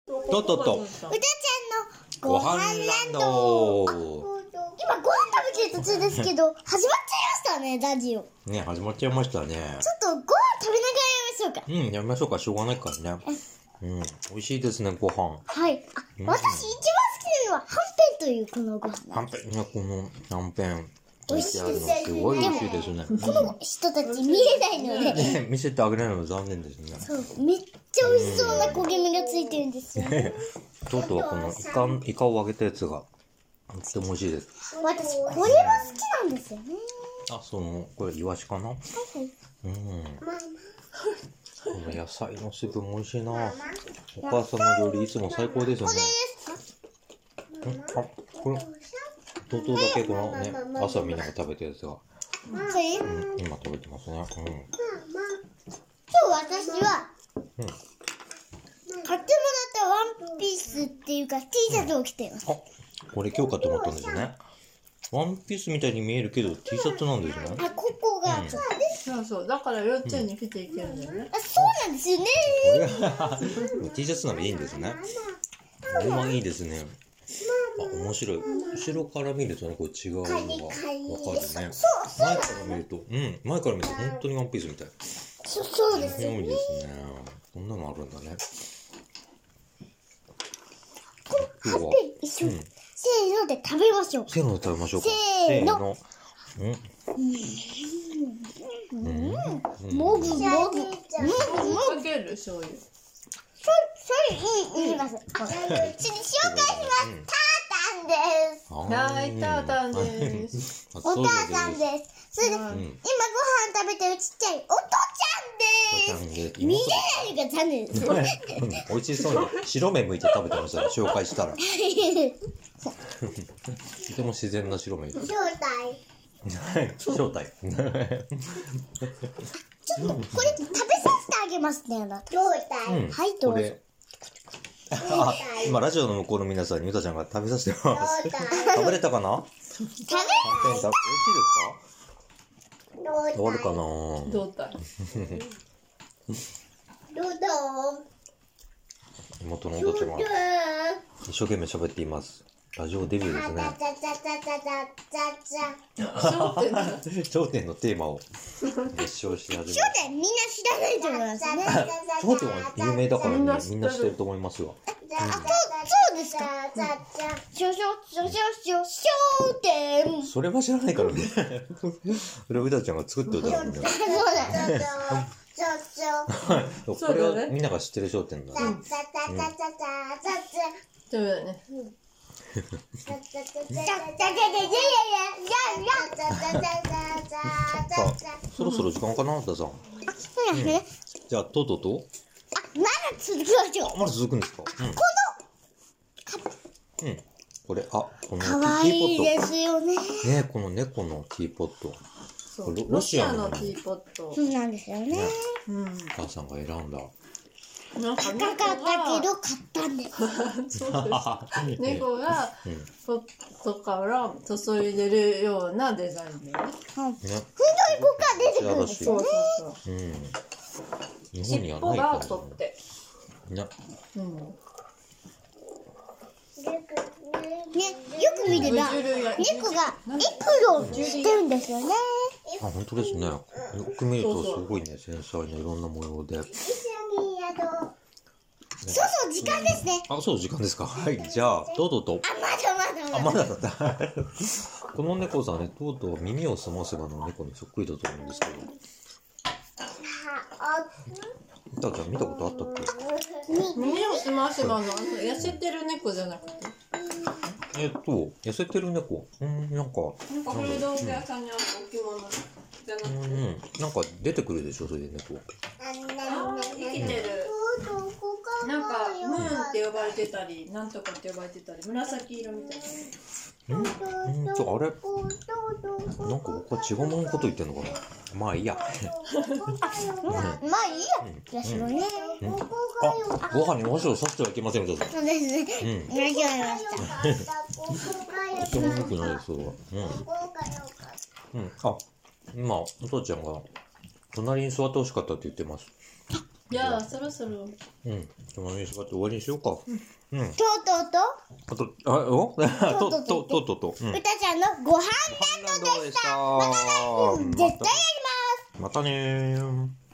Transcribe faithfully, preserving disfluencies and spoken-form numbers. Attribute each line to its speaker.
Speaker 1: とっとっと
Speaker 2: うたちゃんのご飯ランド。今ご飯食べてる途中ですけど始まっちゃいましたね、ラジオ
Speaker 1: ね、始まっちゃいましたね。
Speaker 2: ちょっとご飯食べながらやりましょうか。
Speaker 1: うん、やめましょうか。しょうがないからね。うん、美味しいですね、ご飯。
Speaker 2: はい。あ、
Speaker 1: うん
Speaker 2: 私一番好きなのははんぺんというこのご飯
Speaker 1: は
Speaker 2: なんです。
Speaker 1: んぺんね、このはんぺん。
Speaker 2: 美味しいです
Speaker 1: すごい美味しいですね。
Speaker 2: この人たち見えないので、
Speaker 1: ね、見せてあげれないの残念ですね。
Speaker 2: そう、めっちゃ美味しそうな焦げ目がついてるんですよ。
Speaker 1: とうとうこのイカ、イカを揚げたやつが、とっても美味しいです。
Speaker 2: 私、これは好きなんですよね。
Speaker 1: あ、その、これイワシかな。
Speaker 2: はいはい。
Speaker 1: うん。この野菜のスープも美味しいな。お母さんの料理いつも最高ですよね。んあ、これ、とうとうだけこのね、朝みんなが食べたやつが、
Speaker 2: これ、
Speaker 1: うん、今食べてますね。
Speaker 2: 今日私は、
Speaker 1: うん。うん。
Speaker 2: 買ってもらったワンピースっていうか T シャツを着ています。
Speaker 1: あ、これ今日かと思ったんですよね。ワンピースみたいに見えるけど T シャツなんですね。
Speaker 2: あ、ここが、
Speaker 1: うん
Speaker 2: そうです。
Speaker 3: そうそう。だから幼稚園に来ていけるんだよね。
Speaker 2: あ、そうなんですよね。
Speaker 1: これはT シャツならいいんですね。これはいいですね。あ、面白い。後ろから見るとね、これ違うのがわかるね。前から見ると、うん、前から見ると本当にワンピースみたい。
Speaker 2: そ、そうですよね。
Speaker 1: 多いですね。こんなのあるんだね。今日は、
Speaker 2: で、一緒に、
Speaker 1: うん、
Speaker 2: せーので食べましょう。
Speaker 1: せーので食べましょうか。
Speaker 2: せーの。
Speaker 1: の。うん。うん。
Speaker 2: もぐもぐ。もぐもぐ。
Speaker 3: かける醤油。
Speaker 2: そ、それ、いい、いきます。あ、ちょっと紹介します。タータンです。
Speaker 3: はい、タータンです。
Speaker 2: お母さんです。それで、今ご飯食べてるちっちゃいおとちゃんです。見えないが残念です。
Speaker 1: 美味しそうに白目向いて食べてましたね、紹介したら。とても自然な白目。
Speaker 2: 正体。
Speaker 1: 正体。
Speaker 2: ちょっと、これ食べさせてあげますね、あなた。正体。
Speaker 1: うん、
Speaker 2: はい、どうぞ。
Speaker 1: これあ、今ラジオの向こうの皆さんにゆたちゃんが食べさせてます。食べれたかな？
Speaker 2: 食べ
Speaker 1: 美味しいですか？終わるかな？
Speaker 3: 胴体。
Speaker 2: どうぞ。
Speaker 1: 妹のおとちゃんが一生懸命喋っています。ラジオデビューですね。頂点のテーマを熱唱し始め
Speaker 2: 正体みんな知らないと思いますね。
Speaker 1: 頂点は有名だからね、みんな知ってると思いますよ。
Speaker 2: あ、そう、そうですか。しょしょ、しょしょ、しょ、焦点。
Speaker 1: それは知らないからね。それはうたちゃんが作って歌うんだよ。
Speaker 2: そうだ。
Speaker 1: これはみんなが知ってる頂点だね。
Speaker 3: そうだね。
Speaker 1: さあ、そろそろ時間かな、うたさん。
Speaker 2: そうですね。
Speaker 1: じゃあ、とうとうと
Speaker 2: あ、まだ続きましょう。
Speaker 1: まだ続くんですか？うん。うん。これ、あ、このティ
Speaker 2: かわ
Speaker 1: ー
Speaker 2: いい
Speaker 1: ポッ
Speaker 2: ですよね。
Speaker 1: ト。ね、この猫のティーポット。
Speaker 3: そう
Speaker 1: ロ
Speaker 3: ロシア
Speaker 1: ロシアの
Speaker 3: のティーポット
Speaker 2: そ。うなんですよね。
Speaker 1: ね、
Speaker 3: うん。
Speaker 1: お母さんが選んだ。
Speaker 3: なんか
Speaker 2: 高かったけど買ったんです。
Speaker 3: そうです。猫が
Speaker 1: うん。
Speaker 3: ポットから注いでるようなデザインだよね。
Speaker 1: ね。
Speaker 2: 本当にここから出てくるんですよ
Speaker 3: そう
Speaker 2: ね。
Speaker 3: そうそう。
Speaker 1: うん。日本
Speaker 3: 尻
Speaker 1: には
Speaker 3: 尾が
Speaker 1: ないから
Speaker 3: 取って。
Speaker 1: ね。
Speaker 3: うん。
Speaker 2: ね、よく見れば、
Speaker 3: 無汁や
Speaker 2: 猫がエプロンしてるんですよね。
Speaker 1: あ、本当ですね。よく見るとすごいね、繊細ないろんな模様で。
Speaker 2: そうそう、時間ですね。
Speaker 1: あ、そう、時間ですか。はい、じゃあ、とうとうと。
Speaker 2: あ、まだまだ
Speaker 1: あ、
Speaker 2: まだ。
Speaker 1: まだだった。この猫さんね、とうとう耳をすませばの猫にそっくりだと思うんですけど。たちゃん見たことあったっけ？
Speaker 3: 耳をすませばの痩せてる猫じゃなくて。
Speaker 1: えっと、痩せてる猫。うん、なんか。
Speaker 3: なんか古道具屋さんにある置物じゃなくて。
Speaker 1: うん、なんか出てくるでしょ、それで猫。
Speaker 3: 生きてる。なんかムーンって呼ばれてたり、なんとかって呼ばれてたり、紫色みたいな。
Speaker 1: うん、うんと、あれなんか僕は違うもののこと言ってんのかな。まあいいや。
Speaker 2: まあいいや。ですよね。
Speaker 1: うん、あ、ご飯にお箸を刺してはいけませんよ、どうぞ。
Speaker 2: そうですね。
Speaker 1: うん。
Speaker 2: 間違えました。
Speaker 1: とても良くないです、それは。うん。うん。あ、今、お父ちゃんが、隣に座ってほしかったって言ってます。
Speaker 3: じゃあそろそろ
Speaker 1: うん。今日の仕事終わりにしようか。うん。
Speaker 2: とうとうと
Speaker 1: あと、あ、おと、と、と、と、と、と。うん。
Speaker 2: うたちゃんのご飯
Speaker 1: ランドでした。
Speaker 2: 絶対やります。
Speaker 1: またねー。